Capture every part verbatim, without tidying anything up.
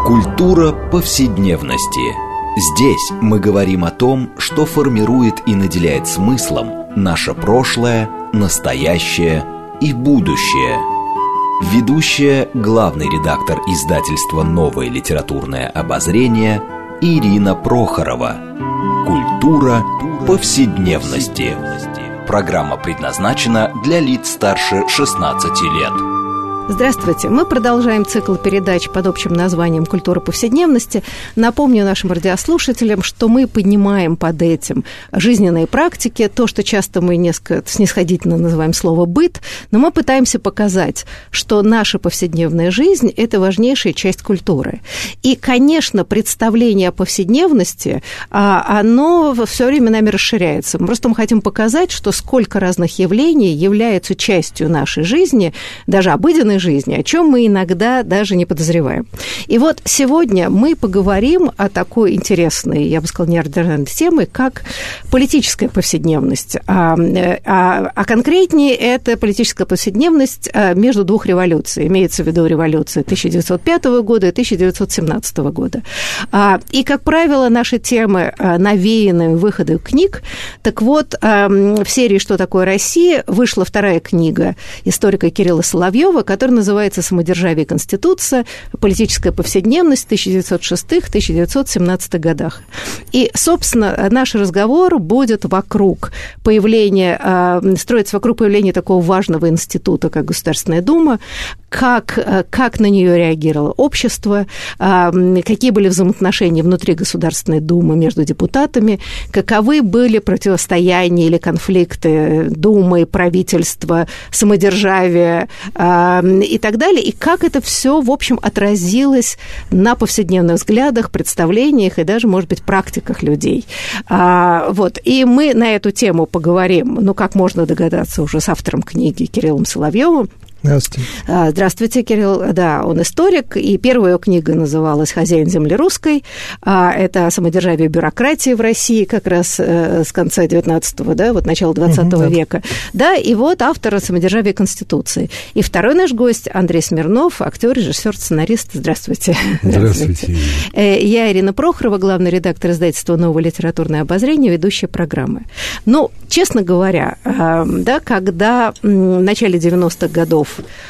Культура повседневности. Здесь мы говорим о том, что формирует и наделяет смыслом наше прошлое, настоящее и будущее. Ведущая, главный редактор издательства «Новое литературное обозрение» Ирина Прохорова. Культура повседневности. Программа предназначена для лиц старше шестнадцати лет. Здравствуйте. Мы продолжаем цикл передач под общим названием «Культура повседневности». Напомню нашим радиослушателям, что мы поднимаем под этим жизненные практики, то, что часто мы несколько снисходительно называем слово «быт», но мы пытаемся показать, что наша повседневная жизнь – это важнейшая часть культуры. И, конечно, представление о повседневности, оно все время нами расширяется. Мы просто хотим показать, что сколько разных явлений являются частью нашей жизни, даже обыденной жизни, о чем мы иногда даже не подозреваем. И вот сегодня мы поговорим о такой интересной, я бы сказала, неординарной теме, как политическая повседневность. А, а, а конкретнее это политическая повседневность между двух революций. Имеется в виду революция тысяча девятьсот пятого года и тысяча девятьсот семнадцатого года. А, и, как правило, наши темы навеяны выходом книг. Так вот, в серии «Что такое Россия» вышла вторая книга историка Кирилла Соловьева, которая называется «Самодержавие и Конституция. Политическая повседневность в тысяча девятьсот шестом — тысяча девятьсот семнадцатом годах». И, собственно, наш разговор будет вокруг появления, строится вокруг появления такого важного института, как Государственная Дума, как, как на нее реагировало общество, какие были взаимоотношения внутри Государственной Думы между депутатами, каковы были противостояния или конфликты Думы, правительства, самодержавия и так далее, и как это все, в общем, отразилось на повседневных взглядах, представлениях и даже, может быть, практиках людей. А, вот. И мы на эту тему поговорим, ну, как можно догадаться, уже с автором книги Кириллом Соловьевым. Здравствуйте. Здравствуйте, Кирилл. Да, он историк, и первая его книга называлась «Хозяин земли русской». Это о самодержавии и бюрократии в России как раз с конца девятнадцатого, да, вот начала двадцатого угу, века. Да. да, и вот автор «Самодержавия и Конституции». И второй наш гость Андрей Смирнов, актер, режиссер, сценарист. Здравствуйте. Здравствуйте. Я Ирина Прохорова, главный редактор издательства «Новое литературное обозрение», ведущая программы. Ну, честно говоря, да, когда в начале девяностых годов,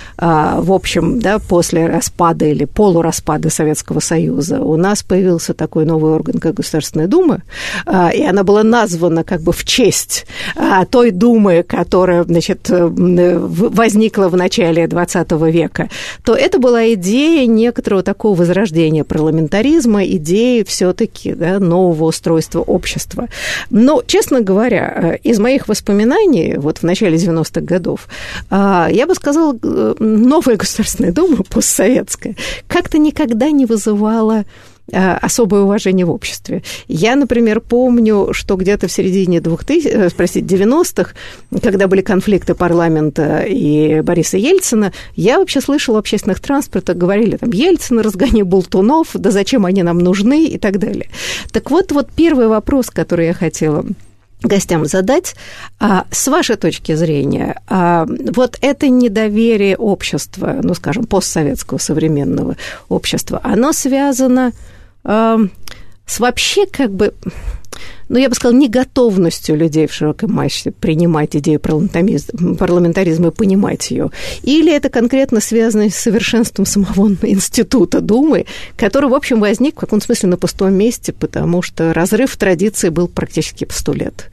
в общем, да, после распада или полураспада Советского Союза у нас появился такой новый орган, как Государственная Дума, и она была названа как бы в честь той Думы, которая, значит, возникла в начале двадцатого века, то это была идея некоторого такого возрождения парламентаризма, идеи все-таки, да, нового устройства общества. Но, честно говоря, из моих воспоминаний вот в начале девяностых годов, я бы сказала, новая Государственная Дума, постсоветская, как-то никогда не вызывала особое уважение в обществе. Я, например, помню, что где-то в середине двухтысячных, простите, девяностых, когда были конфликты парламента и Бориса Ельцина, я вообще слышала в общественных транспортах, говорили, там, Ельцин, разгони болтунов, да зачем они нам нужны и так далее. Так вот, вот первый вопрос, который я хотела гостям задать. А, с вашей точки зрения, а, вот это недоверие общества, ну, скажем, постсоветского современного общества, оно связано а, с вообще как бы, ну, я бы сказала, неготовностью людей в широкой массе принимать идею парламентаризма и понимать ее? Или это конкретно связано с совершенством самого института Думы, который, в общем, возник в каком-то смысле на пустом месте, потому что разрыв в традиции был практически по сто лет.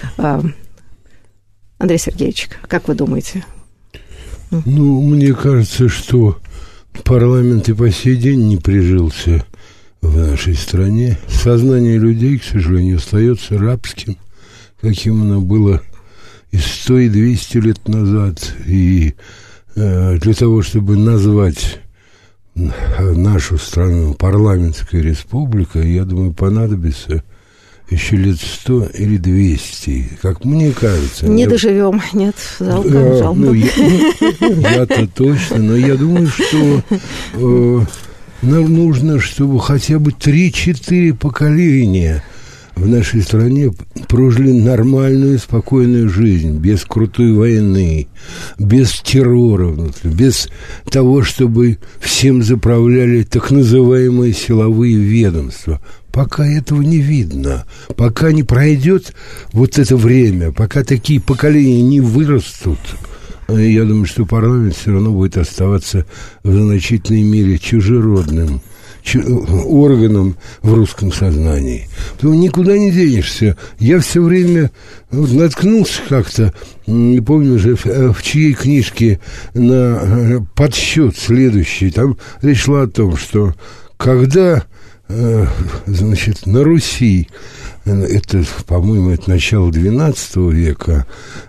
Андрей Сергеевич, как вы думаете? Ну, мне кажется, что парламент и по сей день не прижился в нашей стране. Сознание людей, к сожалению, остается рабским, каким оно было и сто, и двести лет назад. И э, для того, чтобы назвать нашу страну парламентской республикой, я думаю, понадобится еще лет сто или двести, как мне кажется. Не доживем, нет, жалко, а, жалко. Ну, я, ну, я-то точно, но я думаю, что э, нам нужно, чтобы хотя бы три-четыре поколения в нашей стране прожили нормальную, спокойную жизнь, без крутой войны, без террора внутри, без того, чтобы всем заправляли так называемые силовые ведомства. Пока этого не видно, пока не пройдет вот это время, пока такие поколения не вырастут, я думаю, что парламент все равно будет оставаться в значительной мере чужеродным органом в русском сознании. Потому никуда не денешься. Я все время вот наткнулся как-то, не помню уже, в чьей книжке на подсчет следующий. Там речь шла о том, что когда, значит, на Руси, это, по-моему, это начало двенадцатого века,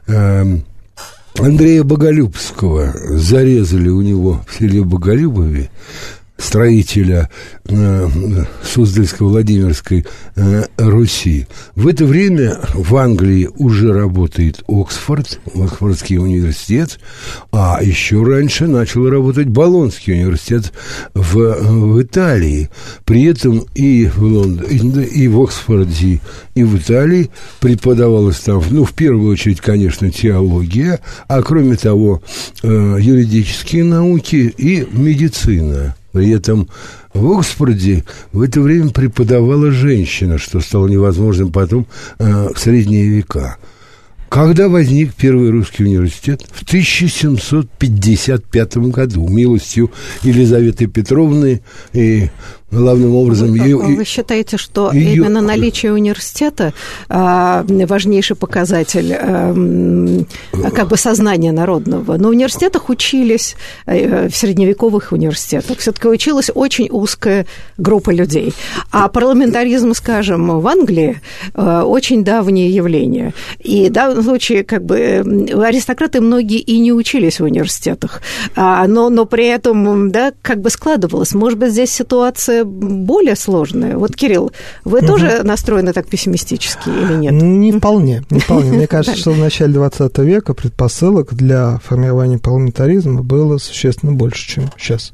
Андрея Боголюбского зарезали у него в селе Боголюбове, строителя э, Суздальско-Владимирской э, Руси. В это время в Англии уже работает Оксфорд, Оксфордский университет, а еще раньше начал работать Болонский университет в, в Италии. При этом и в Лондоне, и в Оксфорде, и в Италии преподавалась там, ну, в первую очередь, конечно, теология, а кроме того, э, юридические науки и медицина. При этом в Оксфорде в это время преподавала женщина, что стало невозможным потом э, в средние века. Когда возник первый русский университет? В тысяча семьсот пятьдесят пятом году, милостью Елизаветы Петровны и главным образом... Вы, ее, вы считаете, что ее... именно наличие университета а, важнейший показатель а, как бы сознания народного? Но в университетах учились, в средневековых университетах, все-таки училась очень узкая группа людей. А парламентаризм, скажем, в Англии очень давнее явление. И в данном случае как бы аристократы многие и не учились в университетах, но, но при этом, да, как бы складывалось. Может быть, здесь ситуация более сложная. Вот, Кирилл, вы угу. тоже настроены так пессимистически или нет? Не вполне. Не вполне. Мне кажется, что в начале двадцатого века предпосылок для формирования парламентаризма было существенно больше, чем сейчас.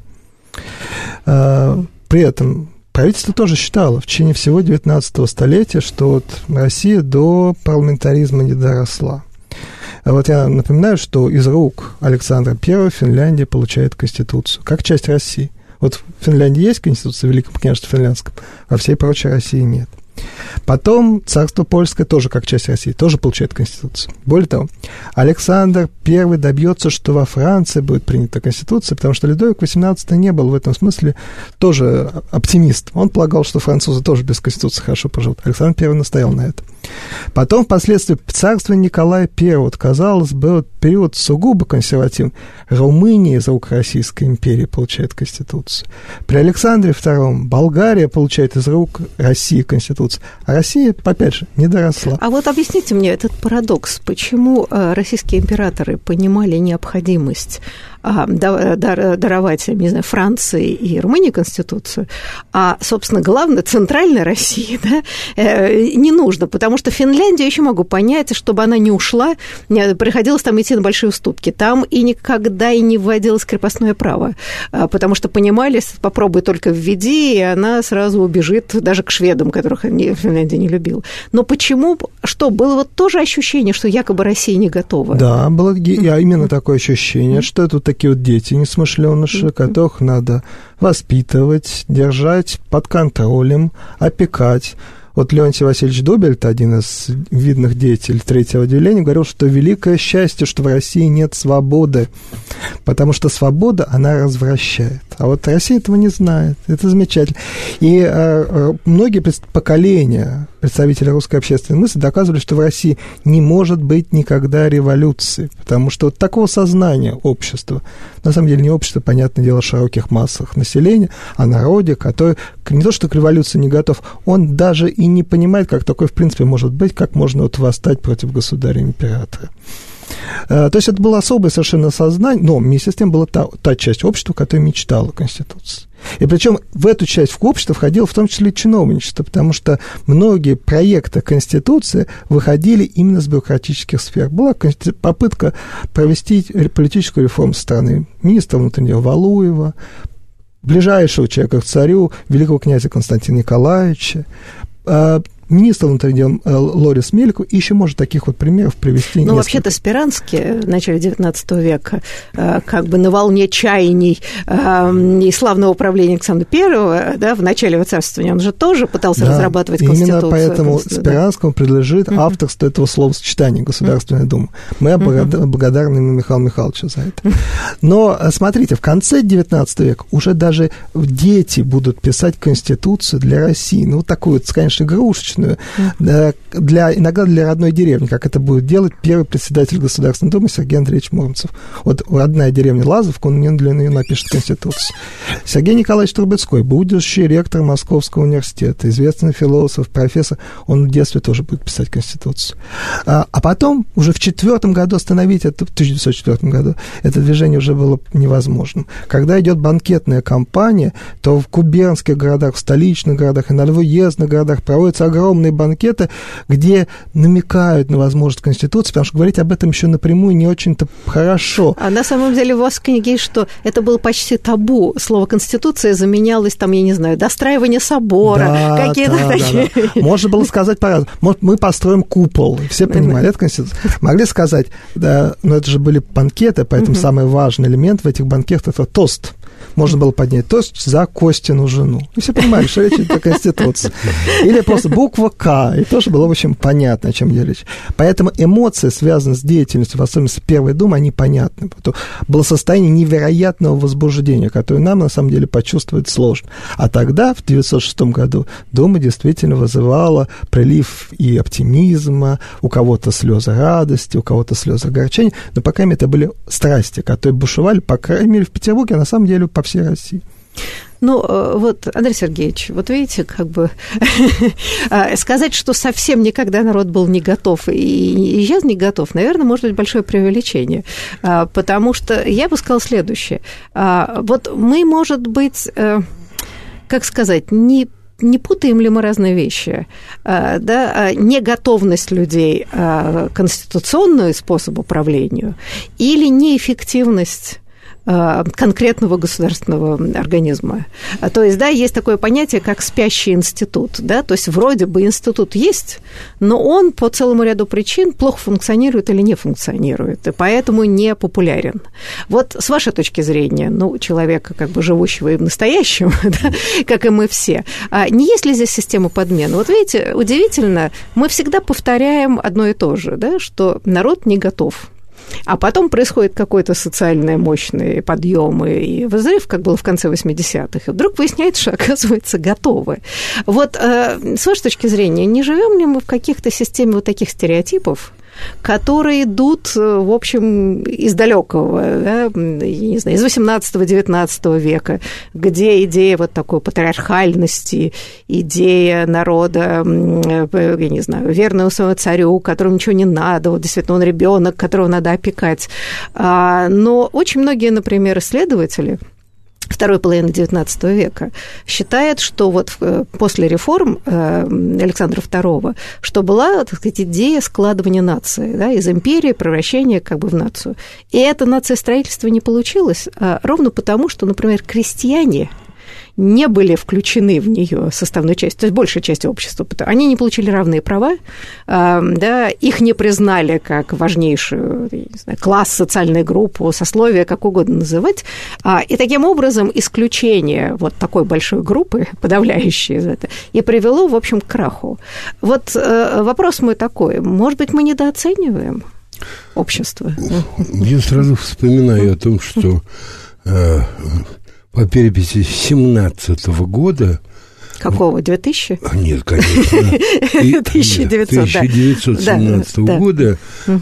При этом правительство тоже считало в течение всего девятнадцатого столетия, что вот Россия до парламентаризма не доросла. Вот я напоминаю, что из рук Александра Первого Финляндия получает Конституцию, как часть России. Вот в Финляндии есть Конституция, в Великом княжестве Финляндском, во всей прочей России нет. Потом царство Польское тоже, как часть России, тоже получает Конституцию. Более того, Александр Первый добьется, что во Франции будет принята Конституция, потому что Людовик восемнадцатый не был в этом смысле тоже оптимист. Он полагал, что французы тоже без Конституции хорошо поживут. Александр Первый настоял на этом. Потом, впоследствии, царство Николая Первого, вот, казалось бы, вот, период сугубо консервативный. Румыния из рук Российской империи получает Конституцию. При Александре Втором Болгария получает из рук России Конституцию. А Россия, опять же, не доросла. А вот объясните мне этот парадокс. Почему российские императоры понимали необходимость даровать, не знаю, Франции и Румынии Конституцию, а, собственно, главное, центральной России, да, не нужно, потому что Финляндию еще могу понять, чтобы она не ушла, приходилось там идти на большие уступки. Там и никогда и не вводилось крепостное право, потому что понимали, попробуй только введи, и она сразу убежит даже к шведам, которых Финляндия не любила. Но почему? Что, было вот тоже ощущение, что якобы Россия не готова? Да, было именно такое ощущение, что это такие вот дети несмышленыши, mm-hmm. которых надо воспитывать, держать под контролем, опекать. Вот Леонтий Васильевич Дубельт, один из видных деятелей третьего отделения, говорил, что великое счастье, что в России нет свободы, потому что свобода, она развращает. А вот Россия этого не знает. Это замечательно. И э, многие поколения представителей русской общественной мысли доказывали, что в России не может быть никогда революции, потому что вот такого сознания общества, на самом деле не общество, понятное дело, о широких массах населения, а народе, который не то что к революции не готов, он даже и не понимает, как такое в принципе может быть, как можно вот восстать против государя-императора. То есть это было особое совершенно сознание, но вместе с тем была та, та часть общества, которая мечтала о Конституции. И причем в эту часть в общество входило в том числе и чиновничество, потому что многие проекты Конституции выходили именно с бюрократических сфер. Была попытка провести политическую реформу страны министра внутреннего Валуева, ближайшего человека к царю, великого князя Константина Николаевича. министр внутренних дел Лорис Мелько, и еще может таких вот примеров привести. Ну, вообще-то Спиранский в начале девятнадцатого века, как бы на волне чаяний и славного правления Александра Первого, да, в начале его царствования, он же тоже пытался да, разрабатывать конституцию. Именно поэтому Спиранскому да. принадлежит uh-huh. авторство этого словосочетания Государственная uh-huh. Дума. Мы uh-huh. благодарны ему Михаилу Михайловичу за это. Uh-huh. Но, смотрите, в конце девятнадцатого века уже даже дети будут писать конституцию для России. Ну, вот такую вот, конечно, игрушечную, uh-huh. для, иногда для родной деревни, как это будет делать первый председатель Государственной Думы Сергей Андреевич Муромцев. Вот родная деревня Лазовка, он для нее напишет конституцию. Сергей Николаевич Трубецкой, будущий ректор Московского университета, известный философ, профессор, он в детстве тоже будет писать конституцию. А, а потом, уже в четвертом году остановить это, в тысяча девятьсот четвёртом году, это движение уже было невозможным. Когда идет банкетная кампания, то в губернских городах, в столичных городах и на уездных городах проводятся огромные банкеты, где намекают на возможность конституции, потому что говорить об этом еще напрямую не очень-то хорошо. А на самом деле у вас в книге есть, что это было почти табу. Слово «конституция» заменялось, там, я не знаю, достраивание собора, да, какие-то да, такие... Да, да. Можно было сказать по-разному. Может, мы построим купол. Все понимали, это конституция. Могли сказать, да, но это же были банкеты, поэтому угу. самый важный элемент в этих банкетах – это тост. Можно было поднять тост за Костину жену. И все понимали, что речь идет о Конституции. Или просто буква «К», и тоже было, в общем, понятно, о чем идет речь. Поэтому эмоции, связанные с деятельностью, в особенности Первой Думы, они понятны. Было состояние невероятного возбуждения, которое нам, на самом деле, почувствовать сложно. А тогда, в девятьсот шестом году, Дума действительно вызывала прилив и оптимизма, у кого-то слезы радости, у кого-то слезы огорчения, но, по крайней мере, это были страсти, которые бушевали, по крайней мере, в Петербурге, а на самом деле, по всей России. Ну, вот, Андрей Сергеевич, вот видите, как бы сказать, что совсем никогда народ был не готов и сейчас не готов, наверное, может быть большое преувеличение, потому что я бы сказала следующее. Вот мы, может быть, как сказать, не Не путаем ли мы разные вещи? Да, неготовность людей к конституционному способу управления или неэффективность конкретного государственного организма. То есть, да, есть такое понятие, как спящий институт, да, то есть вроде бы институт есть, но он по целому ряду причин плохо функционирует или не функционирует, и поэтому не популярен. Вот с вашей точки зрения, ну, человека, как бы живущего и в настоящем, да, как и мы все, не есть ли здесь система подмены? Вот видите, удивительно, мы всегда повторяем одно и то же, да, что народ не готов. А потом происходит какой-то социальный мощный подъем и взрыв, как было в конце восьмидесятых, и вдруг выясняется, что, оказывается, готовы. Вот э, с вашей точки зрения, не живем ли мы в каких-то системе вот таких стереотипов, которые идут, в общем, из далекого, да, я не знаю, из восемнадцатого-девятнадцатого века, где идея вот такой патриархальности, идея народа, я не знаю, верного своему царю, которому ничего не надо, вот действительно он ребенок, которого надо опекать. Но очень многие, например, исследователи второй половины девятнадцатого века считает, что вот после реформ Александра второго, что была, так сказать, идея складывания нации, да, из империи, превращения как бы в нацию. И это нациестроительство не получилось ровно потому, что, например, крестьяне не были включены в нее составной частью, то есть большая часть общества. Они не получили равные права, да, их не признали как важнейшую, не знаю, класс, социальную группу, сословие, как угодно называть. И таким образом исключение вот такой большой группы, подавляющей это, и привело, в общем, к краху. Вот вопрос мой такой, может быть, мы недооцениваем общество? Я сразу вспоминаю о том, что по переписи семнадцатого года... Какого? две тысячи? Нет, конечно. тысяча девятьсот семнадцатого года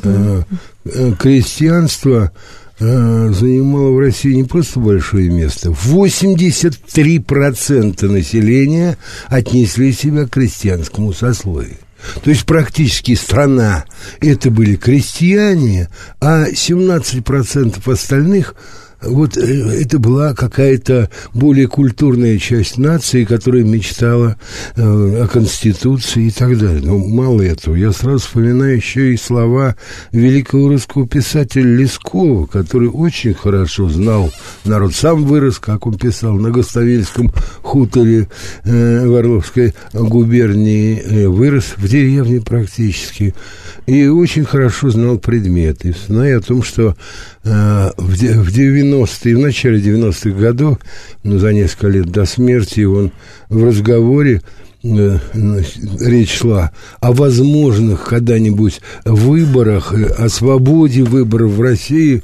крестьянство занимало в России не просто большое место. восемьдесят три процента населения отнесли себя к крестьянскому сословию. То есть практически страна это были крестьяне, а семнадцать процентов остальных вот это была какая-то более культурная часть нации, которая мечтала э, о Конституции и так далее. Но мало этого. Я сразу вспоминаю еще и слова великого русского писателя Лескова, который очень хорошо знал народ. Сам вырос, как он писал, на Густавельском хуторе э, в Орловской губернии. Э, вырос в деревне практически. И очень хорошо знал предметы. Зная о том, что э, в девяностые, в начале девяностых годов, ну, за несколько лет до смерти, он в разговоре, э, речь шла о возможных когда-нибудь выборах, о свободе выборов в России,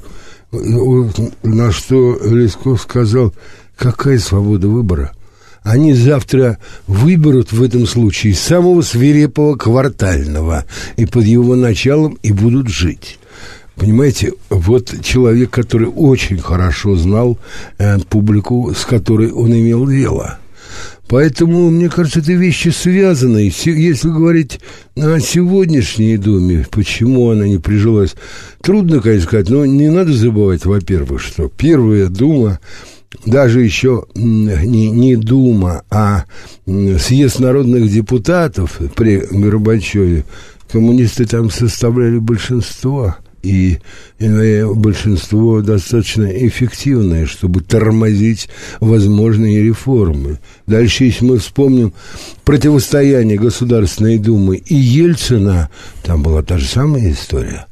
на что Лесков сказал: какая свобода выбора? Они завтра выберут в этом случае самого свирепого квартального, и под его началом и будут жить. Понимаете, вот человек, который очень хорошо знал э, публику, с которой он имел дело. Поэтому, мне кажется, это вещи связаны. Если говорить о сегодняшней Думе, почему она не прижилась, трудно, конечно, сказать, но не надо забывать, во-первых, что первая Дума, даже еще не, не Дума, а съезд народных депутатов при Горбачеве, коммунисты там составляли большинство, и, и большинство достаточно эффективное, чтобы тормозить возможные реформы. Дальше, если мы вспомним противостояние Государственной Думы и Ельцина, там была та же самая история.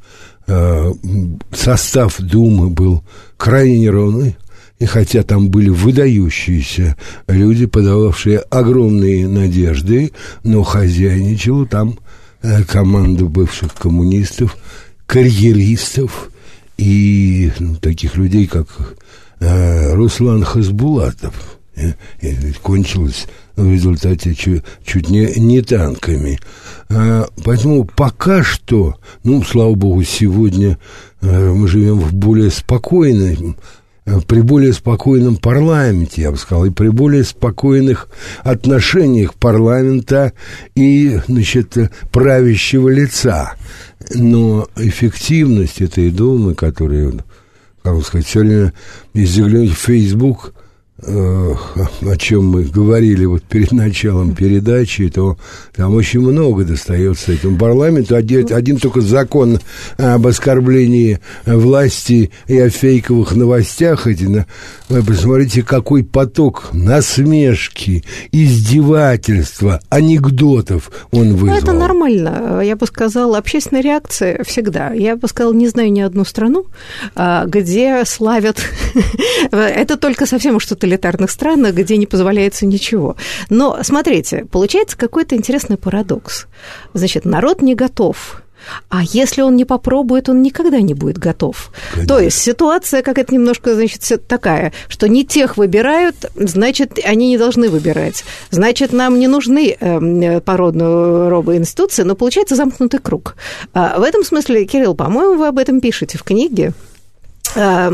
Состав Думы был крайне неровный. И хотя там были выдающиеся люди, подававшие огромные надежды, но хозяйничала там э, команда бывших коммунистов, карьеристов и ну, таких людей, как э, Руслан Хасбулатов. И, и кончилось в результате чуть, чуть не, не танками. А, поэтому пока что, ну, слава богу, сегодня э, мы живем в более спокойной, при более спокойном парламенте, я бы сказал, и при более спокойных отношениях парламента и, значит, правящего лица. Но эффективность этой Думы, которая, как бы сказать, все время, если заглянуть в Facebook, э, о чем мы говорили вот перед началом передачи, то там очень много достается этому парламенту. Один, один только закон об оскорблении власти и о фейковых новостях. Эти, вы посмотрите, какой поток насмешки, издевательства, анекдотов он вызвал. Ну, это нормально. Я бы сказала, общественная реакция всегда. Я бы сказала, не знаю ни одну страну, где славят... Это только совсем уж тоталитарных странах, где не позволяется ничего. Но, смотрите, получается какой-то интересный парадокс. Значит, народ не готов. А если он не попробует, он никогда не будет готов. Конечно. То есть ситуация какая-то немножко, значит, такая, что не тех выбирают, значит, они не должны выбирать. Значит, нам не нужны породные робоинституции, но получается замкнутый круг. В этом смысле, Кирилл, по-моему, вы об этом пишете в книге. Да,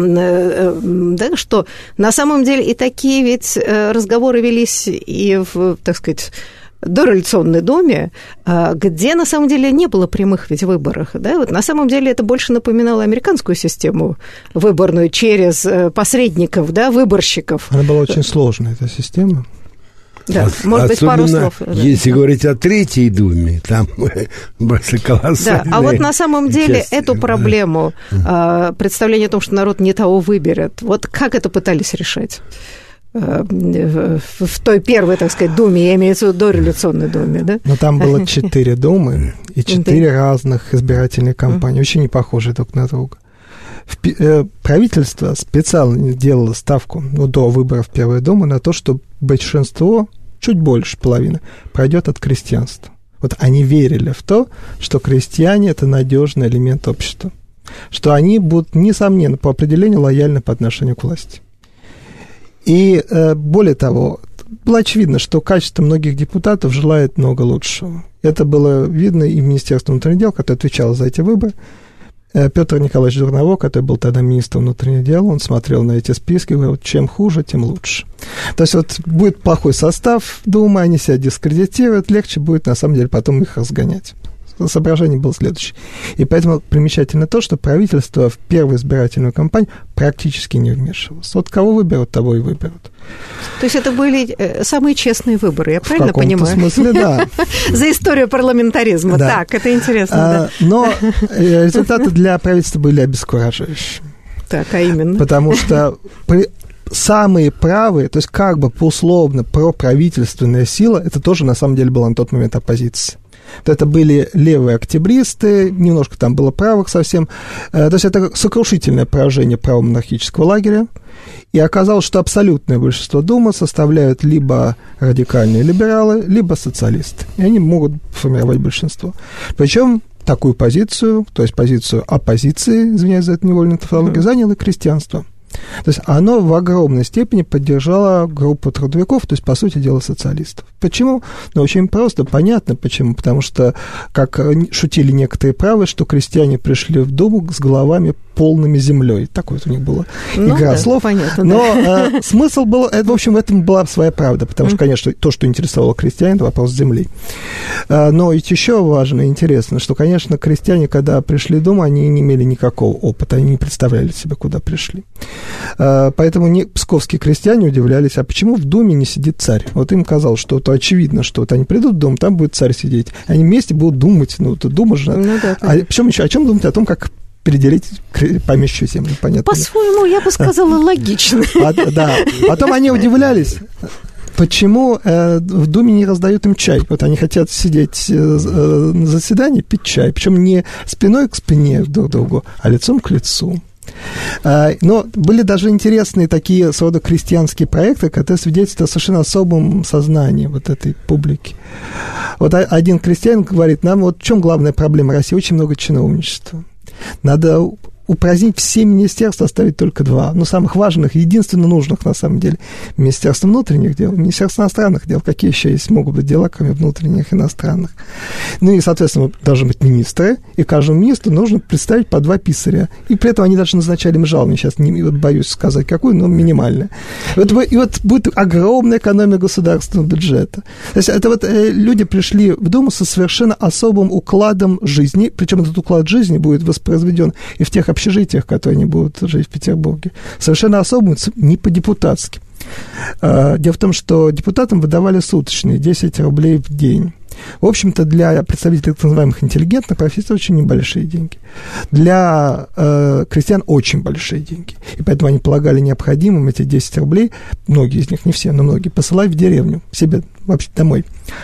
что на самом деле и такие ведь разговоры велись и в, так сказать, дореволюционной Думе, где на самом деле не было прямых ведь выборов. Да? Вот на самом деле это больше напоминало американскую систему выборную через посредников, да, выборщиков. Она была очень сложная, эта система. Да, а, может быть, пару слов. Если да. говорить о Третьей Думе, там просто колоссальные... Да, а вот на самом деле части, эту проблему, да. представление о том, что народ не того выберет, вот как это пытались решать? В той первой, так сказать, Думе, я имею в виду дореволюционной Думе, да? Но там было четыре Думы и четыре разных избирательных кампании, очень не похожие друг на друга. Правительство специально делало ставку, ну, до выборов Первой Думы на то, что большинство, чуть больше половины, пройдет от крестьянства. Вот они верили в то, что крестьяне – это надежный элемент общества, что они будут, несомненно, по определению лояльны по отношению к власти. И более того, было очевидно, что качество многих депутатов желает много лучшего. Это было видно и в Министерстве внутренних дел, которое отвечало за эти выборы. Петр Николаевич Дурново, который был тогда министром внутренних дел, он смотрел на эти списки и говорил, чем хуже, тем лучше. То есть вот будет плохой состав Думы, они себя дискредитируют, легче будет на самом деле потом их разгонять. соображение было следующее. И поэтому примечательно то, что правительство в первую избирательную кампанию практически не вмешивалось. Вот кого выберут, того и выберут. То есть это были самые честные выборы, я правильно понимаю? В каком-то смысле, да. За историю парламентаризма. Так, это интересно. Но результаты для правительства были обескураживающими. Так, а именно? Потому что самые правые, то есть как бы условно проправительственная сила, это тоже на самом деле была на тот момент оппозиция. Это были левые октябристы, немножко там было правых совсем. То есть это сокрушительное поражение правомонархического лагеря. И оказалось, что абсолютное большинство Думы составляют либо радикальные либералы, либо социалисты. И они могут формировать большинство. Причем такую позицию, то есть позицию оппозиции, извиняюсь за эту невольную тавтологию, заняло крестьянство. То есть оно в огромной степени поддержало группу трудовиков, то есть, по сути дела, социалистов. Почему? Ну, очень просто, понятно почему. Потому что, как шутили некоторые правые, что крестьяне пришли в Думу с головами полными землей. Такой вот у них была ну, игра да, слов. Понятно, но да. э, смысл был, это, в общем, в этом была своя правда, потому что, конечно, то, что интересовало крестьян, это вопрос земли. Э, но ведь еще важно и интересно, что, конечно, крестьяне, когда пришли в Думу, они не имели никакого опыта, они не представляли себе, куда пришли. Э, поэтому не, псковские крестьяне удивлялись, а почему в Думе не сидит царь? Вот им казалось, что это очевидно, что вот они придут в Дом, там будет царь сидеть. Они вместе будут думать, ну, это Дума же. Ну, да, а причем еще о чем думать? О том, как переделить помещую землю, понятно. По-своему, я бы сказала, логично. А, да. Потом они удивлялись, почему э, в Думе не раздают им чай. Вот они хотят сидеть э, на заседании, пить чай. Причем не спиной к спине друг к другу, а лицом к лицу. Э, но были даже интересные такие своего рода крестьянские проекты, которые свидетельствуют о совершенно особом сознании вот этой публики. Вот один крестьянин говорит, нам вот в чем главная проблема России? Очень много чиновничества. Надо упразднить все министерства, оставить только два. Но самых важных, единственно нужных, на самом деле, Министерство внутренних дел, Министерство иностранных дел. Какие еще есть могут быть дела, кроме внутренних иностранных? Ну и, соответственно, должны быть министры, и каждому министру нужно представить по два писаря. И при этом они даже назначали им жалование. Сейчас не боюсь сказать, какую, но минимальное. Вот, и вот будет огромная экономия государственного бюджета. То есть это вот э, люди пришли в Думу со совершенно особым укладом жизни, причем этот уклад жизни будет воспроизведен и в тех общежитиях, которые они будут жить в Петербурге. Совершенно особым, не по-депутатски. Дело в том, что депутатам выдавали суточные десять рублей в день. В общем-то, для представителей так называемых интеллигентных профессий очень небольшие деньги. Для э, крестьян очень большие деньги. И поэтому они полагали необходимым эти десять рублей, многие из них, не все, но многие, посылать в деревню, себе вообще домой.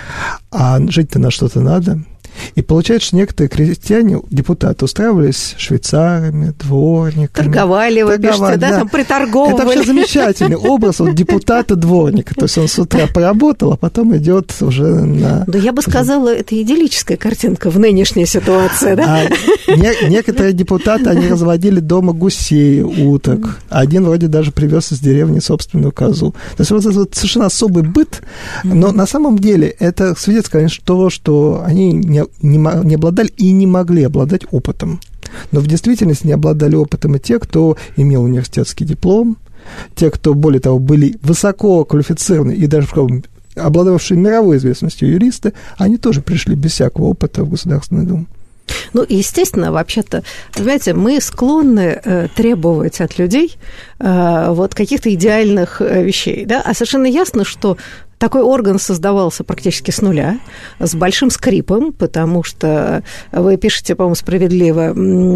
А жить-то на что-то надо. И получается, что некоторые крестьяне, депутаты, устраивались швейцарами, дворниками. Торговали, вы пишете, да, да, там приторговывали. Это вообще замечательный образ вот, депутата-дворника. То есть он с утра поработал, а потом идет уже на... Да я бы сказала, это идиллическая картинка в нынешней ситуации, да? А не, некоторые депутаты, они разводили дома гусей, уток. Один вроде даже привез из деревни собственную козу. То есть вот это вот совершенно особый быт, но на самом деле это свидетельствует, конечно, того, что они не Не, не обладали и не могли обладать опытом. Но в действительности не обладали опытом и те, кто имел университетский диплом, те, кто, более того, были высоко квалифицированы и даже обладавшие мировой известностью юристы, они тоже пришли без всякого опыта в Государственную Думу. Ну, естественно, вообще-то, понимаете, мы склонны э, требовать от людей э, вот каких-то идеальных э, вещей, да, а совершенно ясно, что такой орган создавался практически с нуля, с большим скрипом, потому что вы пишете, по-моему, справедливо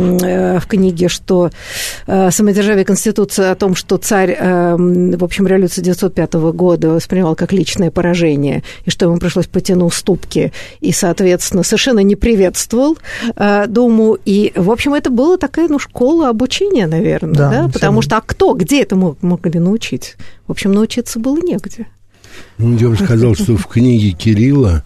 в книге, что самодержавие Конституции о том, что царь, в общем, революцию девятьсот пятого года воспринимал как личное поражение, и что ему пришлось пойти на уступки, и, соответственно, совершенно не приветствовал Думу. И, в общем, это была такая, ну, школа обучения, наверное, да, да? Потому что, а кто, где это мог, могли научить? В общем, научиться было негде. Ну, я бы сказал, что в книге Кирилла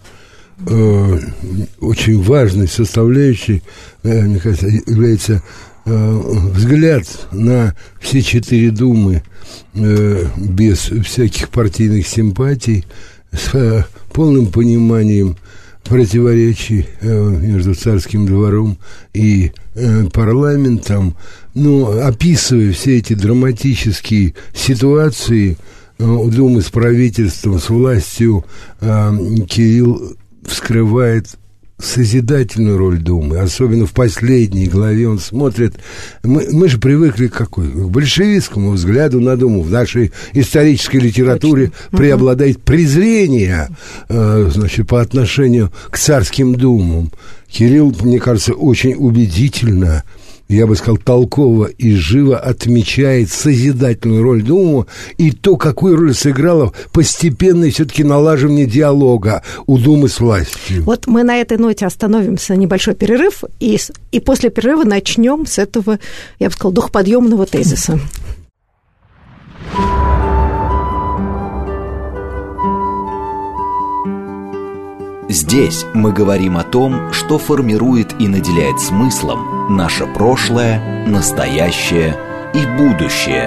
э, очень важной составляющей, э, мне кажется, является э, взгляд на все четыре думы э, без всяких партийных симпатий, с э, полным пониманием противоречий э, между царским двором и э, парламентом, но описывая все эти драматические ситуации, Думы с правительством, с властью, э, Кирилл вскрывает созидательную роль Думы, особенно в последней главе он смотрит. Мы, мы же привыкли к какой? К большевистскому взгляду на Думу. В нашей исторической литературе Точно. преобладает презрение, э, значит, по отношению к царским думам. Кирилл, мне кажется, очень убедительно, я бы сказал, толково и живо отмечает созидательную роль Думы и то, какую роль сыграло постепенное все-таки налаживание диалога у Думы с властью. Вот мы на этой ноте остановимся, небольшой перерыв, и, и после перерыва начнем с этого, я бы сказал, духоподъемного тезиса. Здесь мы говорим о том, что формирует и наделяет смыслом наше прошлое, настоящее и будущее.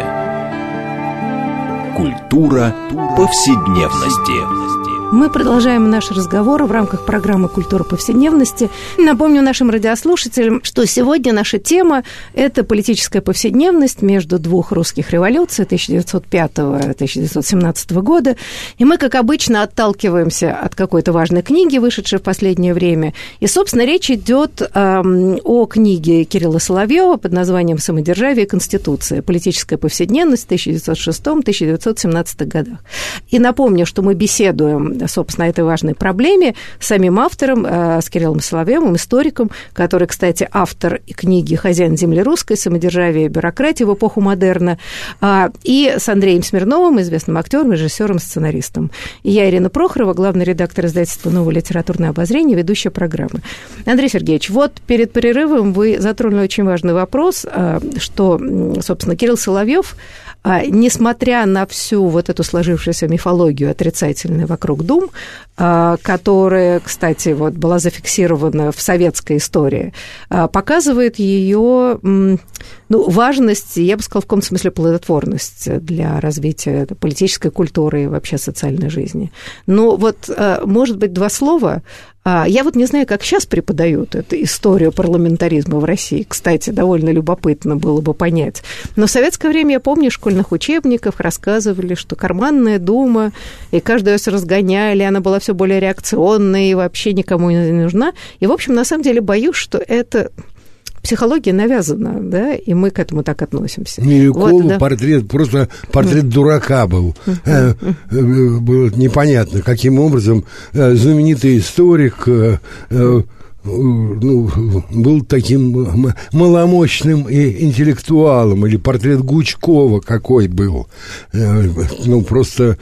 Культура повседневности. Мы продолжаем наш разговор в рамках программы «Культура повседневности». Напомню нашим радиослушателям, что сегодня наша тема – это политическая повседневность между двух русских революций тысяча девятьсот пятого - тысяча девятьсот семнадцатого года. И мы, как обычно, отталкиваемся от какой-то важной книги, вышедшей в последнее время. И, собственно, речь идет э, о книге Кирилла Соловьева под названием «Самодержавие и Конституция. Политическая повседневность в тысяча девятьсот шестом - тысяча девятьсот семнадцатых годах». И напомню, что мы беседуем, собственно, о этой важной проблеме с самим автором, с Кириллом Соловьевым, историком, который, кстати, автор книги «Хозяин земли русской. Самодержавие и бюрократия в эпоху модерна», и с Андреем Смирновым, известным актером, режиссером, сценаристом. И я, Ирина Прохорова, главный редактор издательства «Новое литературное обозрение», ведущая программы. Андрей Сергеевич, вот перед перерывом вы затронули очень важный вопрос, что, собственно, Кирилл Соловьев, несмотря на всю вот эту сложившуюся мифологию отрицательную вокруг дум, которая, кстати, вот была зафиксирована в советской истории, показывает ее, ну, важность, я бы сказала, в каком смысле плодотворность для развития политической культуры и вообще социальной жизни. Но вот, может быть, два слова. Я вот не знаю, как сейчас преподают эту историю парламентаризма в России. Кстати, довольно любопытно было бы понять. Но в советское время, я помню, в школьных учебниках рассказывали, что карманная дума, и каждую раз разгоняли, она была все более реакционной и вообще никому не нужна. И, в общем, на самом деле боюсь, что это... Психология навязана, да, и мы к этому так относимся. Милюкову вот, да. портрет, просто портрет mm. дурака был. Mm-hmm. Было непонятно, каким образом знаменитый историк ну, был таким маломощным и интеллектуалом, или портрет Гучкова какой был. Ну, просто...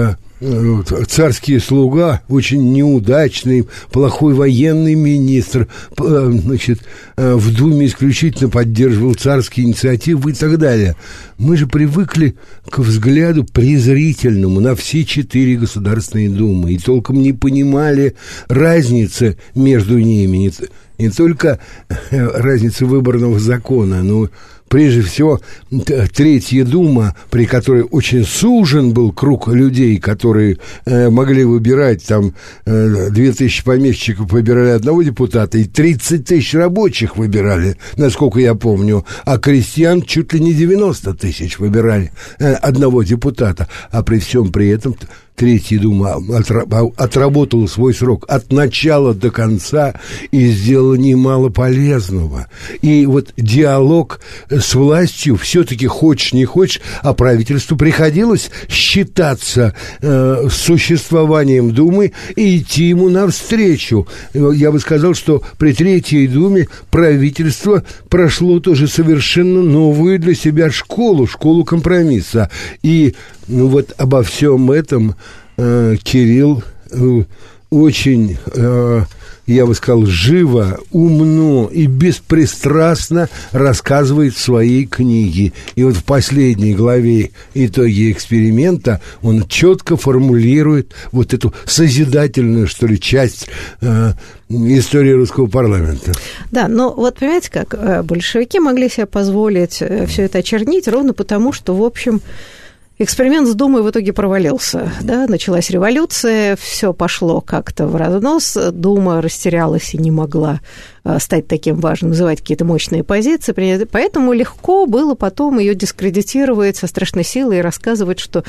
царский слуга, очень неудачный, плохой военный министр, значит, в Думе исключительно поддерживал царские инициативы и так далее. Мы же привыкли к взгляду презрительному на все четыре государственные думы и толком не понимали разницы между ними, не, не только разницы выборного закона, но прежде всего, Третья дума, при которой очень сужен был круг людей, которые э, могли выбирать, там, э, две тысячи помещиков выбирали одного депутата, и тридцать тысяч рабочих выбирали, насколько я помню, а крестьян чуть ли не девяносто тысяч выбирали э, одного депутата, а при всем при этом... Третья дума отработала свой срок от начала до конца и сделала немало полезного. И вот диалог с властью все-таки, хочешь не хочешь, а правительству приходилось считаться э, с существованием Думы и идти ему навстречу. Я бы сказал, что при Третьей думе правительство прошло тоже совершенно новую для себя школу, школу компромисса. И ну, вот обо всем этом э, Кирилл э, очень, э, я бы сказал, живо, умно и беспристрастно рассказывает в своей книге. И вот в последней главе «Итоги эксперимента» он четко формулирует вот эту созидательную, что ли, часть э, истории русского парламента. Да, но вот понимаете, как большевики могли себе позволить все это очернить ровно потому, что, в общем... Эксперимент с Думой в итоге провалился. Да? Началась революция, все пошло как-то в разнос, Дума растерялась и не могла стать таким важным, называть какие-то мощные позиции. Поэтому легко было потом ее дискредитировать со страшной силой и рассказывать, что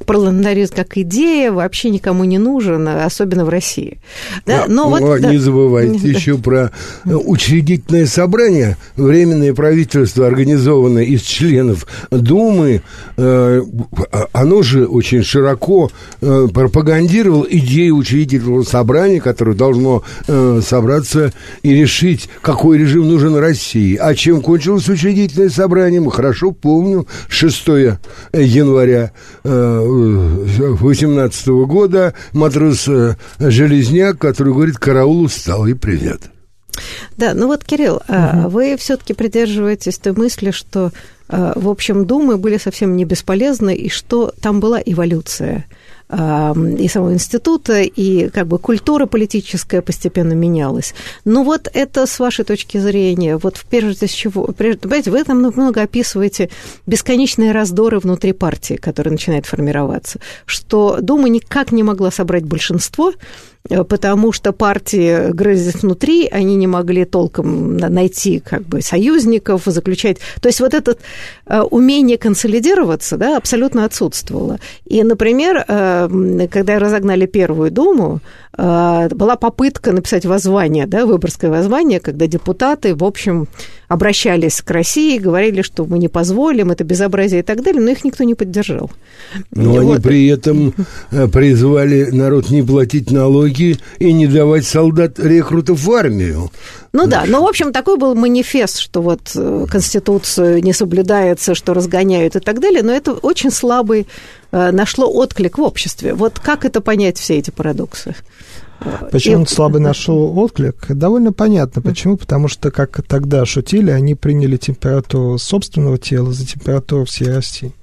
парламентаризм как идея вообще никому не нужен, особенно в России. Да? Но, Но вот, не да. забывайте еще про учредительное собрание, временное правительство, организованное из членов Думы. Оно же очень широко пропагандировало идею учредительного собрания, которое должно собраться и решить, какой режим нужен России. А чем кончилось учредительное собрание, мы хорошо помним, шестого января восемнадцатого года, матрос Железняк, который говорит: караул устал, и привет. Да, ну вот, Кирилл, угу. вы все-таки придерживаетесь той мысли, что, в общем, Думы были совсем не бесполезны, и что там была эволюция и самого института, и как бы культура политическая постепенно менялась. Но вот это, с вашей точки зрения, вот прежде всего, прежде, понимаете, вы там много описываете бесконечные раздоры внутри партии, которые начинают формироваться, что Дума никак не могла собрать большинство, потому что партии грызлись внутри, они не могли толком найти как бы союзников, заключать... То есть вот это умение консолидироваться, да, абсолютно отсутствовало. И, например, когда разогнали Первую Думу, была попытка написать воззвание, да, выборгское воззвание, когда депутаты, в общем, обращались к России, говорили, что мы не позволим, это безобразие и так далее, но их никто не поддержал. Но вот. Они при этом призвали народ не платить налоги и не давать солдат-рекрутов в армию. Ну да, но, в общем, такой был манифест, что вот Конституцию не соблюдается, что разгоняют и так далее, но это очень слабый, нашло отклик в обществе. Вот как это понять, все эти парадоксы? Почему он слабый нашел отклик? Довольно понятно. Почему? Потому что, как тогда шутили, они приняли температуру собственного тела за температуру всей России.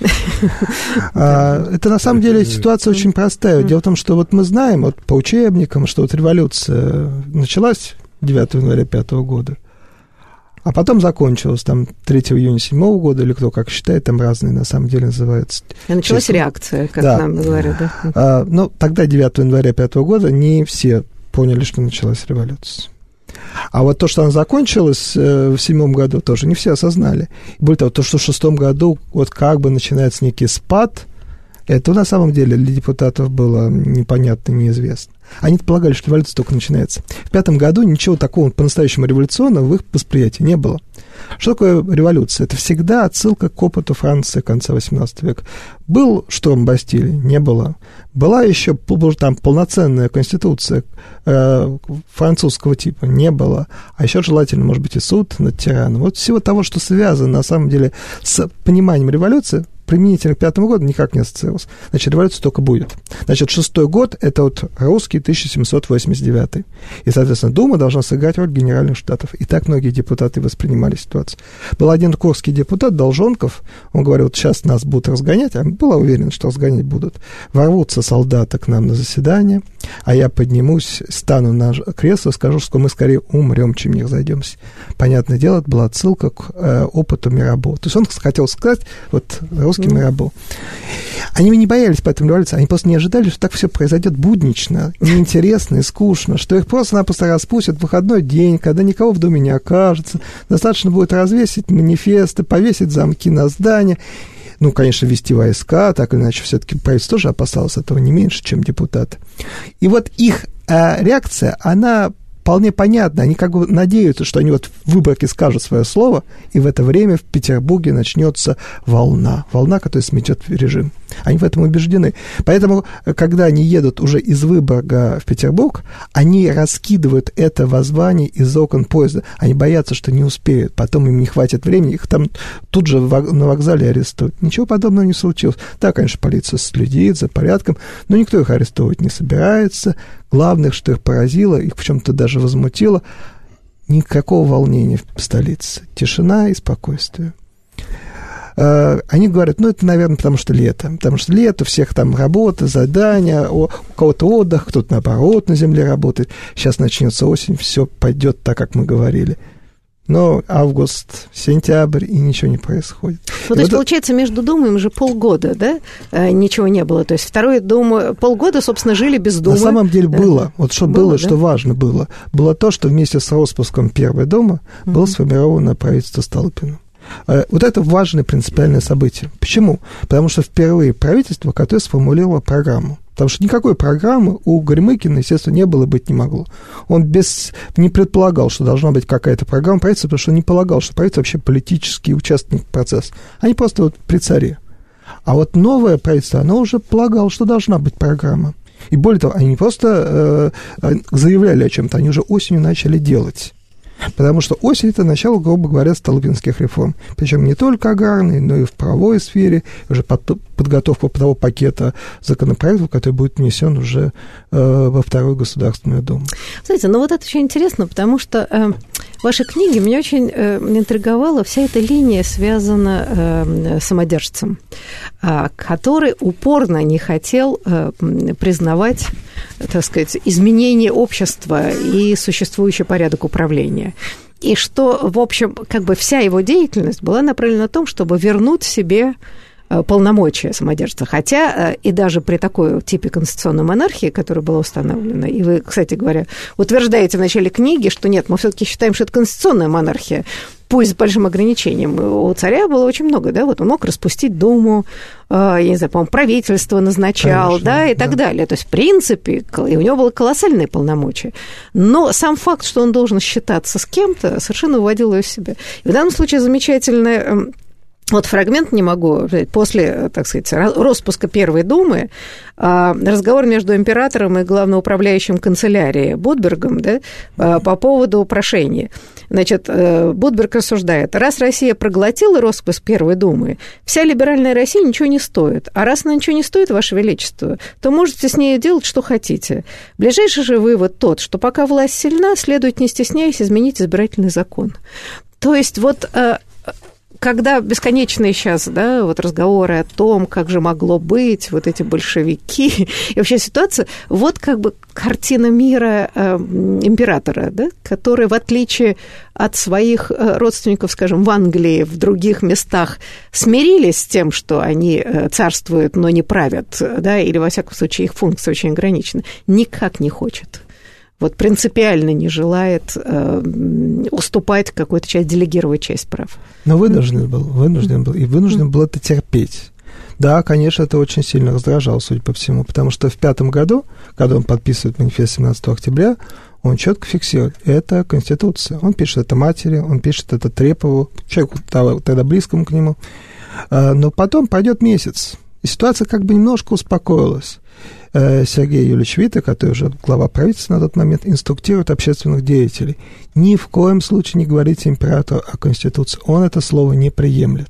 Это на самом деле ситуация очень простая. Дело в том, что вот мы знаем вот по учебникам, что вот революция началась девятого января пятого года, а потом закончилась там третьего июня седьмого года, или кто как считает, там разные на самом деле называются. И началась честно. Реакция, как да. нам говорят. Да? А, ну, тогда девятого января пятого года не все поняли, что началась революция. А вот то, что она закончилась в седьмом году, тоже не все осознали. Более того, то, что в шестом году вот как бы начинается некий спад, это на самом деле для депутатов было непонятно, неизвестно. Они полагали, что революция только начинается. В пятом году ничего такого по-настоящему революционного в их восприятии не было. Что такое революция? Это всегда отсылка к опыту Франции конца восемнадцатого века. Был штурм Бастилии? Не было. Была еще там полноценная конституция э, французского типа? Не было. А еще желательно, может быть, и суд над тираном. Вот всего того, что связано, на самом деле, с пониманием революции, применительно к пятому году никак не ассоциировалось. Значит, революция только будет. Значит, шестой год – это вот русский тысяча семьсот восемьдесят девятый. И, соответственно, Дума должна сыграть роль генеральных штатов. И так многие депутаты воспринимали ситуацию. Был один курский депутат, Долженков, он говорил, вот сейчас нас будут разгонять, а была уверена, что разгонять будут. Ворвутся солдаты к нам на заседание, а я поднимусь, стану на кресло, скажу, что мы скорее умрем, чем не разойдемся. Понятное дело, это была отсылка к э, опыту Мирабо. То есть он хотел сказать, вот русский Мирабо. Они не боялись поэтому революции, они просто не ожидали, что так все произойдет буднично, неинтересно и скучно, что их просто-напросто распустят в выходной день, когда никого в Думе не окажется, достаточно будет развесить манифесты, повесить замки на здание, ну, конечно, вести войска, так или иначе, все-таки правительство тоже опасалось этого не меньше, чем депутаты. И вот их э, реакция, она вполне понятно, они как бы надеются, что они вот в Выборге скажут свое слово, и в это время в Петербурге начнется волна, волна, которая сметет режим. Они в этом убеждены. Поэтому, когда они едут уже из Выборга в Петербург, они раскидывают это воззвание из окон поезда. Они боятся, что не успеют, потом им не хватит времени, их там тут же на вокзале арестуют. Ничего подобного не случилось. Да, конечно, полиция следит за порядком, но никто их арестовывать не собирается. Главное, что их поразило, их в чем-то даже возмутило, никакого волнения в столице. Тишина и спокойствие. Они говорят, ну, это, наверное, потому что лето. Потому что лето, у всех там работа, задания, у кого-то отдых, кто-то, наоборот, на земле работает. Сейчас начнется осень, все пойдет так, как мы говорили. Но август, сентябрь, и ничего не происходит. Ну, то есть, вот получается, между Думой уже полгода, да, ничего не было. То есть, второй Дума, полгода, собственно, жили без Думы. На самом деле было. Вот что было, было да? Что важно было. Было то, что вместе с распуском Первой Думы mm-hmm. было сформировано правительство Столыпина. Вот это важное принципиальное событие. Почему? Потому что впервые правительство, которое сформулировало программу. Потому что никакой программы у Горемыкина, естественно, не было, быть не могло. Он без, не предполагал, что должна быть какая-то программа правительства, потому что он не полагал, что правительство вообще политический участник процесса. Они просто вот при царе. А вот новое правительство, оно уже полагало, что должна быть программа. И более того, они не просто э, заявляли о чем-то, они уже осенью начали делать. Потому что осень – это начало, грубо говоря, столыпинских реформ. Причем не только аграрной, но и в правовой сфере, уже под, подготовка того пакета законопроектов, который будет внесен уже э, во вторую Государственную Думу. Знаете, ну вот это очень интересно, потому что э, в вашей книге меня очень э, интриговала вся эта линия, связана э, с самодержцем, э, который упорно не хотел э, признавать, так сказать, изменение общества и существующий порядок управления. И что, в общем, как бы вся его деятельность была направлена на том, чтобы вернуть себе полномочия самодержца. Хотя и даже при такой типе конституционной монархии, которая была установлена, и вы, кстати говоря, утверждаете в начале книги, что нет, мы все-таки считаем, что это конституционная монархия, пусть с большим ограничением. У царя было очень много, да, вот он мог распустить Думу, я не знаю, по-моему, правительство назначал, конечно, да, и да. так далее. То есть, в принципе, у него было колоссальные полномочия. Но сам факт, что он должен считаться с кем-то, совершенно выводил его из себя. И в данном случае замечательная... Вот фрагмент не могу, после, так сказать, распуска Первой Думы, разговор между императором и главноуправляющим канцелярии Будбергом, да, по поводу прошения. Значит, Будберг рассуждает, раз Россия проглотила распуск Первой Думы, вся либеральная Россия ничего не стоит. А раз она ничего не стоит, Ваше Величество, то можете с ней делать, что хотите. Ближайший же вывод тот, что пока власть сильна, следует, не стесняясь, изменить избирательный закон. То есть вот... Когда бесконечные сейчас, да, вот разговоры о том, как же могло быть, вот эти большевики, и вообще ситуация, вот как бы картина мира э, императора, да, который, в отличие от своих родственников, скажем, в Англии, в других местах, смирились с тем, что они царствуют, но не правят, да, или, во всяком случае, их функции очень ограничены, никак не хочет. Вот принципиально не желает э, уступать какую-то часть, делегировать часть прав. Но вынужден был, вынужден был, и вынужден был это терпеть. Да, конечно, это очень сильно раздражало, судя по всему, потому что в пятом году, когда он подписывает манифест семнадцатого октября, он четко фиксирует, это Конституция. Он пишет это матери, он пишет это Трепову, человеку тогда близкому к нему. Но потом пройдет месяц, и ситуация как бы немножко успокоилась. Сергей Юрьевич Витте, который уже глава правительства на тот момент, инструктирует общественных деятелей. Ни в коем случае не говорите императору о Конституции. Он это слово не приемлет.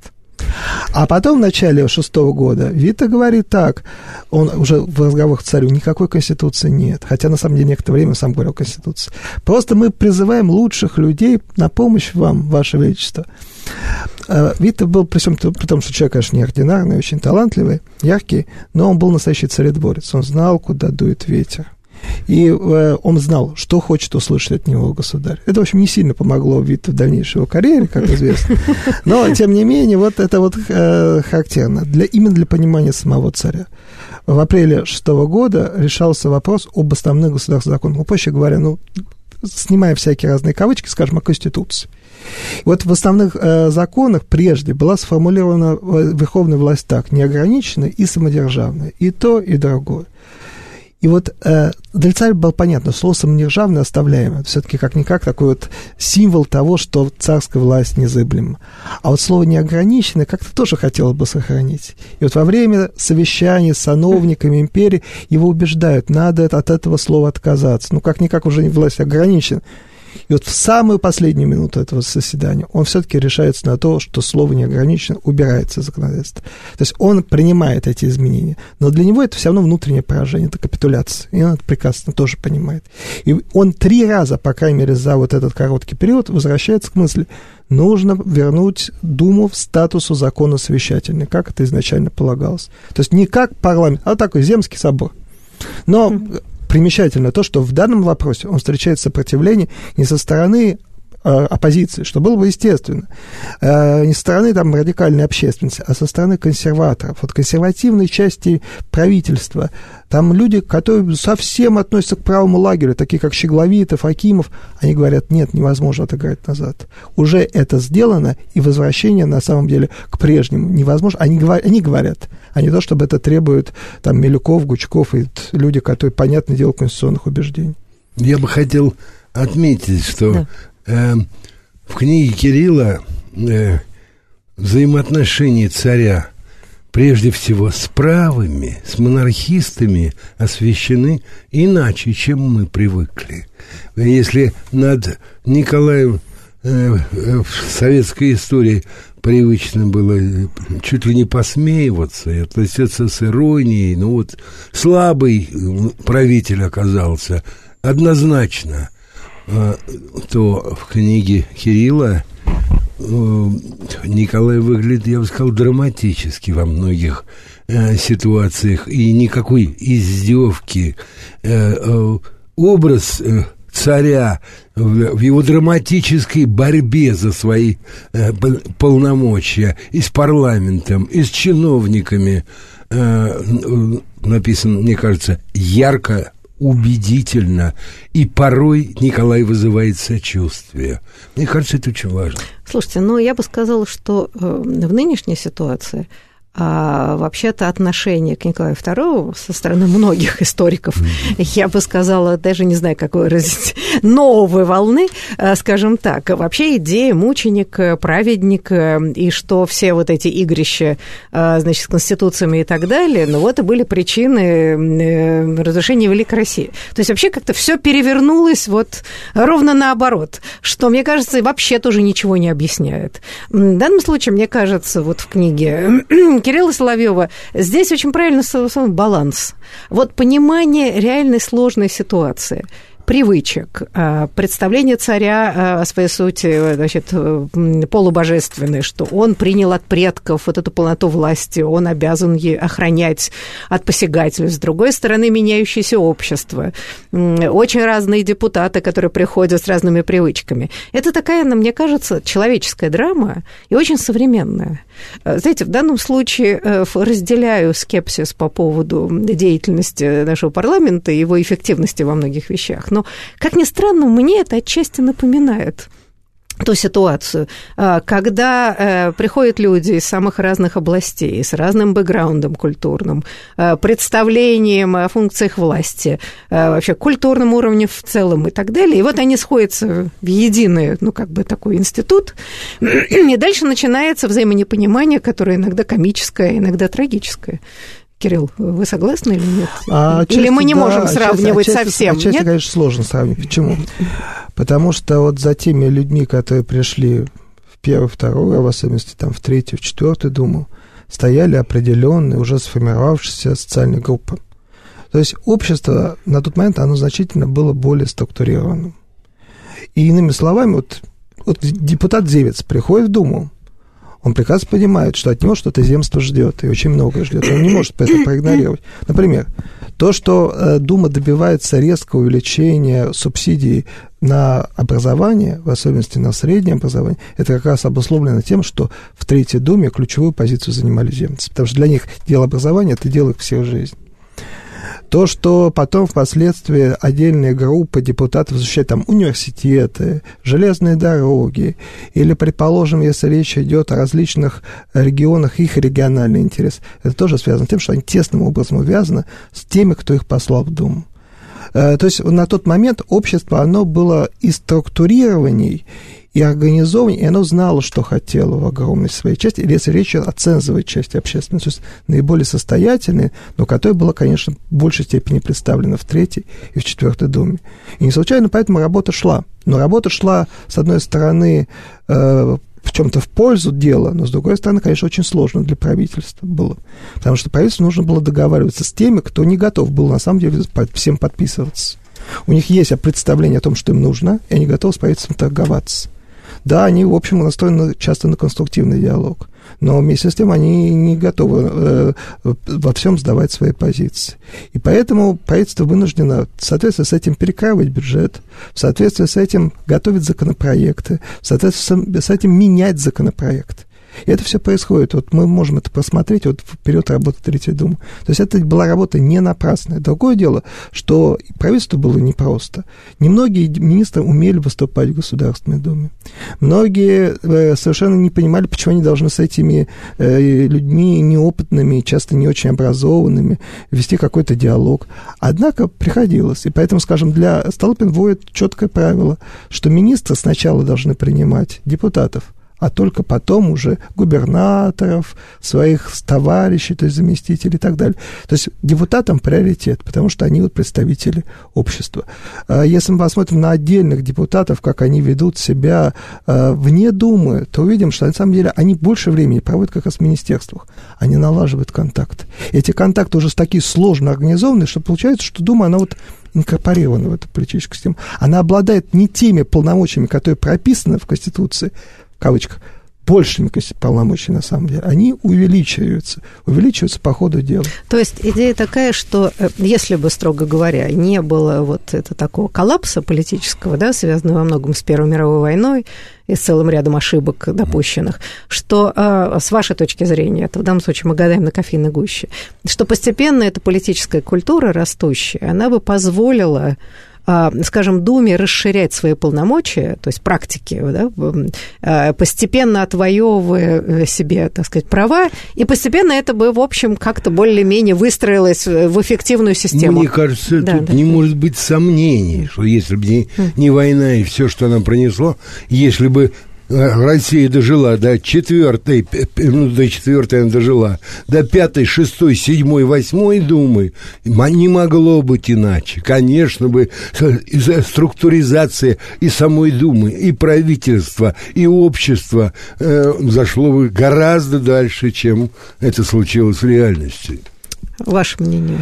А потом, в начале шестого года, Витте говорит так, он уже в разговорах с царем, никакой Конституции нет, хотя, на самом деле, некоторое время сам говорил о Конституции. Просто мы призываем лучших людей на помощь вам, Ваше Величество. Витте был, при, всем, при том, что человек, конечно, неординарный, очень талантливый, яркий, но он был настоящий царедворец, он знал, куда дует ветер. И э, он знал, что хочет услышать от него государь. Это, в общем, не сильно помогло Витте в дальнейшей его карьере, как известно. Но, тем не менее, вот это вот э, характерно для, именно для понимания самого царя. В апреле шестого года решался вопрос об основных государственных законах. Ну, проще говоря, ну, снимая всякие разные кавычки, скажем, о Конституции. И вот в основных э, законах прежде была сформулирована верховная власть так, неограниченная и самодержавная. И то, и другое. И вот э, для царя было понятно, слово «самодержавное» оставляемо. Все-таки как-никак такой вот символ того, что царская власть незыблема. А вот слово «неограниченное» как-то тоже хотелось бы сохранить. И вот во время совещаний с сановниками империи его убеждают, надо от этого слова отказаться. Ну, как-никак уже власть ограничена. И вот в самую последнюю минуту этого заседания он все-таки решается на то, что слово «неограниченно» убирается из законодательства. То есть он принимает эти изменения, но для него это все равно внутреннее поражение, это капитуляция, и он это прекрасно тоже понимает. И он три раза, по крайней мере, за вот этот короткий период возвращается к мысли, нужно вернуть Думу в статусу закона совещательной, как это изначально полагалось. То есть не как парламент, а такой земский собор. Но... примечательно то, что в данном вопросе он встречает сопротивление не со стороны оппозиции, что было бы естественно. Не со стороны там, радикальной общественности, а со стороны консерваторов. Вот консервативной части правительства. Там люди, которые совсем относятся к правому лагерю, такие как Щегловитов, Акимов, они говорят, нет, невозможно отыграть назад. Уже это сделано, и возвращение, на самом деле, к прежнему невозможно. Они говорят, они говорят, а не то, чтобы это требует там, Милюков, Гучков и люди, которые, понятное дело, конституционных убеждений. Я бы хотел отметить, что да. э, в книге Кирилла э, взаимоотношения царя прежде всего с правыми, с монархистами освещены иначе, чем мы привыкли. Если над Николаем э, в советской истории привычно было чуть ли не посмеиваться и относиться с иронией, ну вот слабый правитель оказался, однозначно, э, то в книге Кирилла Николай выглядит, я бы сказал, драматически во многих э, ситуациях, и никакой издевки. Э, э, образ э, царя в, в его драматической борьбе за свои э, полномочия и с парламентом, и с чиновниками э, написан, мне кажется, ярко, убедительно, и порой Николай вызывает сочувствие. Мне кажется, это очень важно. Слушайте, ну, я бы сказала, что в нынешней ситуации а вообще-то отношение к Николаю второму со стороны многих историков, mm-hmm. я бы сказала, даже не знаю, как выразить, новой волны, скажем так. Вообще идея мученик, праведник, и что все вот эти игрища, значит, с конституциями и так далее, ну вот и были причины разрушения Великой России. То есть вообще как-то все перевернулось вот ровно наоборот, что, мне кажется, вообще тоже ничего не объясняет. В данном случае, мне кажется, вот в книге Кирилла Соловьева здесь очень правильно баланс. Вот понимание реальной сложной ситуации, привычек, представление царя о своей сути, значит, полубожественной, что он принял от предков вот эту полноту власти, он обязан ей охранять от посягательств. С другой стороны, меняющееся общество, очень разные депутаты, которые приходят с разными привычками. Это такая, мне кажется, человеческая драма и очень современная. Знаете, в данном случае разделяю скепсис по поводу деятельности нашего парламента и его эффективности во многих вещах. Но, как ни странно, мне это отчасти напоминает ту ситуацию, когда приходят люди из самых разных областей, с разным бэкграундом культурным, представлением о функциях власти, вообще культурном уровне в целом и так далее. И вот они сходятся в единый, ну, как бы такой институт, и дальше начинается взаимонепонимание, которое иногда комическое, иногда трагическое. Кирилл, вы согласны или нет? А, или мы не да, можем сравнивать отчасти, совсем? Отчасти, нет? конечно, сложно сравнивать. Почему? Потому что вот за теми людьми, которые пришли в первую, вторую, а в особенности там, в третью, в четвертую Думу, стояли определенные, уже сформировавшиеся социальные группы. То есть общество на тот момент, оно значительно было более структурированным. И иными словами, вот, вот депутат Зевец приходит в Думу, он прекрасно понимает, что от него что-то земство ждет, и очень многое ждет. Он не может это проигнорировать. Например, то, что Дума добивается резкого увеличения субсидий на образование, в особенности на среднее образование, это как раз обусловлено тем, что в Третьей Думе ключевую позицию занимали земцы. Потому что для них дело образования – это дело их всех жизней. То, что потом впоследствии отдельные группы депутатов защищают там университеты, железные дороги, или, предположим, если речь идет о различных регионах, их региональный интерес, это тоже связано с тем, что они тесным образом увязаны с теми, кто их послал в Думу. То есть на тот момент общество, оно было и структурированней, и организованнее, и оно знало, что хотело в огромной своей части, или если речь идет о цензовой части общественности, то есть наиболее состоятельной, но которая была, конечно, в большей степени представлена в Третьей и в Четвертой Думе. И не случайно поэтому работа шла. Но работа шла, с одной стороны, э, в чем-то в пользу дела, но, с другой стороны, конечно, очень сложно для правительства было. Потому что правительству нужно было договариваться с теми, кто не готов был, на самом деле, всем подписываться. У них есть представление о том, что им нужно, и они готовы с правительством торговаться. Да, они, в общем, настроены часто на конструктивный диалог, но вместе с тем они не готовы э, во всем сдавать свои позиции. И поэтому правительство вынуждено в соответствии с этим перекраивать бюджет, в соответствии с этим готовить законопроекты, в соответствии с этим менять законопроект. И это все происходит. Вот мы можем это просмотреть вот в период работы Третьей Думы. То есть это была работа не напрасная. Другое дело, что правительству было непросто. Немногие министры умели выступать в Государственной Думе. Многие совершенно не понимали, почему они должны с этими людьми неопытными, часто не очень образованными вести какой-то диалог. Однако приходилось. И поэтому, скажем, для Столыпин вводит четкое правило, что министры сначала должны принимать депутатов, а только потом уже губернаторов, своих товарищей, то есть заместителей и так далее. То есть депутатам приоритет, потому что они вот представители общества. Если мы посмотрим на отдельных депутатов, как они ведут себя вне Думы, то увидим, что на самом деле они больше времени проводят как раз в министерствах. Они налаживают контакты. Эти контакты уже такие сложно организованы, что получается, что Дума, она вот инкорпорирована в эту политическую систему. Она обладает не теми полномочиями, которые прописаны в Конституции, в кавычках, большими полномочиями, на самом деле, они увеличиваются, увеличиваются по ходу дела. То есть идея такая, что если бы, строго говоря, не было вот это такого коллапса политического, да, связанного во многом с Первой мировой войной и с целым рядом ошибок допущенных, что, с вашей точки зрения, это в данном случае мы гадаем на кофейной гуще, что постепенно эта политическая культура растущая, она бы позволила, скажем, Думе расширять свои полномочия, то есть практики, да, постепенно отвоевывая себе, так сказать, права, и постепенно это бы, в общем, как-то более-менее выстроилось в эффективную систему. Мне кажется, да, тут да. не может быть сомнений, что если бы не, не война и все, что она принесло, если бы Россия дожила до четвертой, ну, до четвертой она дожила, до пятой, шестой, седьмой, восьмой Думы, не могло быть иначе. Конечно бы структуризация и самой Думы, и правительства, и общества э, зашло бы гораздо дальше, чем это случилось в реальности. Ваше мнение?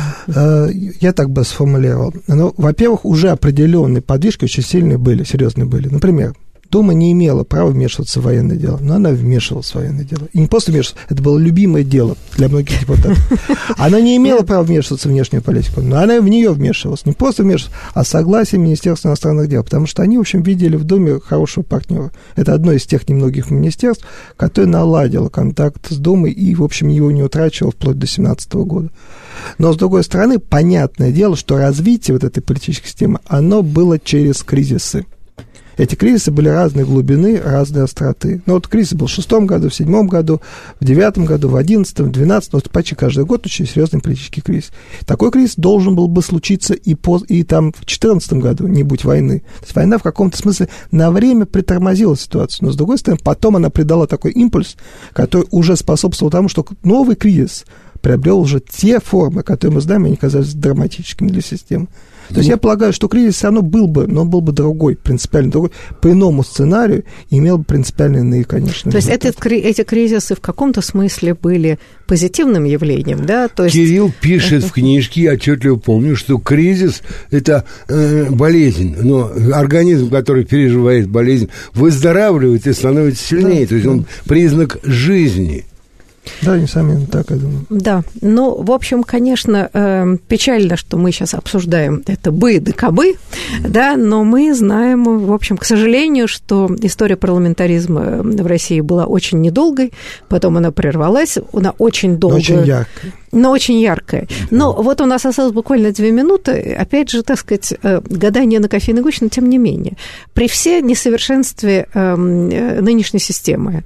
Я так бы сформулировал. Ну, во-первых, уже определенные подвижки очень сильные были, серьезные были. Например, Дума не имела права вмешиваться в военное дело, но она вмешивалась в военное дело. И не просто вмешивалась, это было любимое дело для многих депутатов. Она не имела права вмешиваться в внешнюю политику, но она в нее вмешивалась. Не просто вмешивалась, а согласие Министерства иностранных дел, потому что они, в общем, видели в Думе хорошего партнера. Это одно из тех немногих министерств, которое наладило контакт с Думой и, в общем, его не утрачивало вплоть до семнадцатого года. Но, с другой стороны, понятное дело, что развитие вот этой политической системы, оно было через кризисы. Эти кризисы были разной глубины, разной остроты. Но вот кризис был в шестом году, в седьмом году, в девятом году, в одиннадцатом, в двенадцатом. Вот почти каждый год очень серьезный политический кризис. Такой кризис должен был бы случиться и, по, и там в четырнадцатом году, не будь войны. То есть война в каком-то смысле на время притормозила ситуацию. Но, с другой стороны, потом она придала такой импульс, который уже способствовал тому, что новый кризис приобрел уже те формы, которые мы знаем, они казались драматическими для системы. То есть я полагаю, что кризис все равно был бы, но он был бы другой, принципиально другой, по иному сценарию, и имел бы принципиально иные, конечно. То есть этот, эти кризисы в каком-то смысле были позитивным явлением, да? То есть... Кирилл пишет в книжке, я отчетливо помню, что кризис – это э, болезнь, но организм, который переживает болезнь, выздоравливает и становится сильнее, да, то есть да. Он признак жизни. Да, несомненно, так, я думаю. Да, ну, в общем, конечно, э, печально, что мы сейчас обсуждаем это бы да кабы, да, но мы знаем, в общем, к сожалению, что история парламентаризма в России была очень недолгой, потом она прервалась, она очень долго... Но очень яркая. Но очень яркая. Но вот у нас осталось буквально две минуты. Опять же, так сказать, гадание на кофейной гуще, но тем не менее. При всей несовершенстве нынешней системы,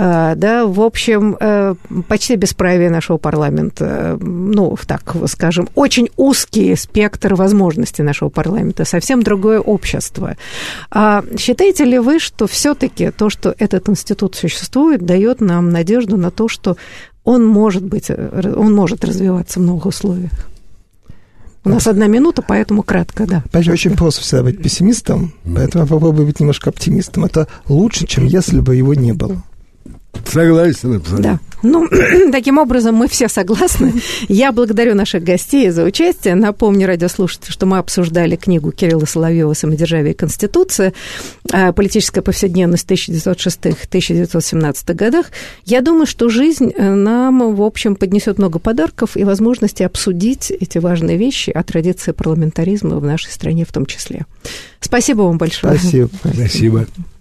да, в общем, почти бесправие нашего парламента, ну, так скажем, очень узкий спектр возможностей нашего парламента, совсем другое общество. Считаете ли вы, что все-таки то, что этот институт существует, дает нам надежду на то, что он может быть, он может развиваться в новых условиях? У нас одна минута, поэтому кратко, да. Опять же, очень просто всегда быть пессимистом, поэтому я попробую быть немножко оптимистом. Это лучше, чем если бы его не было. Согласен абсолютно. Да. Ну, таким образом, мы все согласны. Я благодарю наших гостей за участие. Напомню радиослушателям, что мы обсуждали книгу Кирилла Соловьева «Самодержавие и Конституция. Политическая повседневность в тысяча девятьсот шестых — тысяча девятьсот семнадцатых годах». Я думаю, что жизнь нам, в общем, поднесет много подарков и возможности обсудить эти важные вещи о традиции парламентаризма в нашей стране в том числе. Спасибо вам большое. Спасибо. Спасибо.